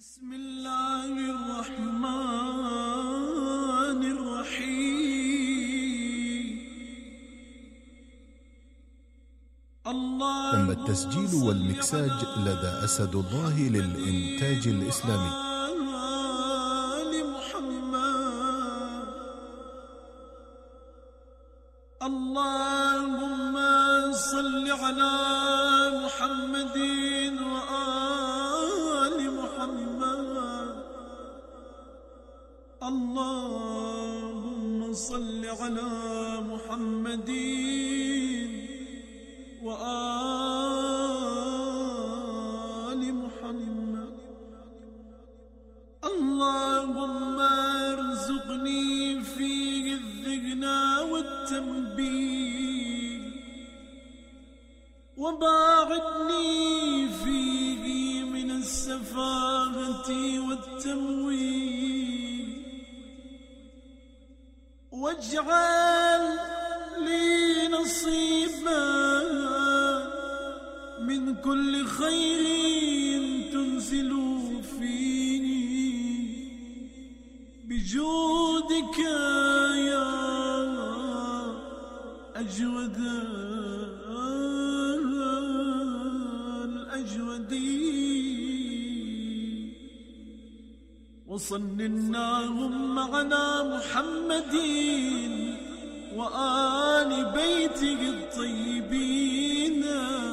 بسم الله الرحمن الرحيم. تم التسجيل والمكساج لدى أسد الله للإنتاج الإسلامي. اللهم صل على محمد وآل محمد. اللهم صل على محمد وآل محمد. اللهم ارزقني فيه الذقن والتنبيه، وباعدني فيه من السفاهة والتمويه، واجعل لي نصيبا من كل خير تنزل فيني بجودك يا أجود الأجودين. وصل اللهم على محمد وآل بيته الطيبين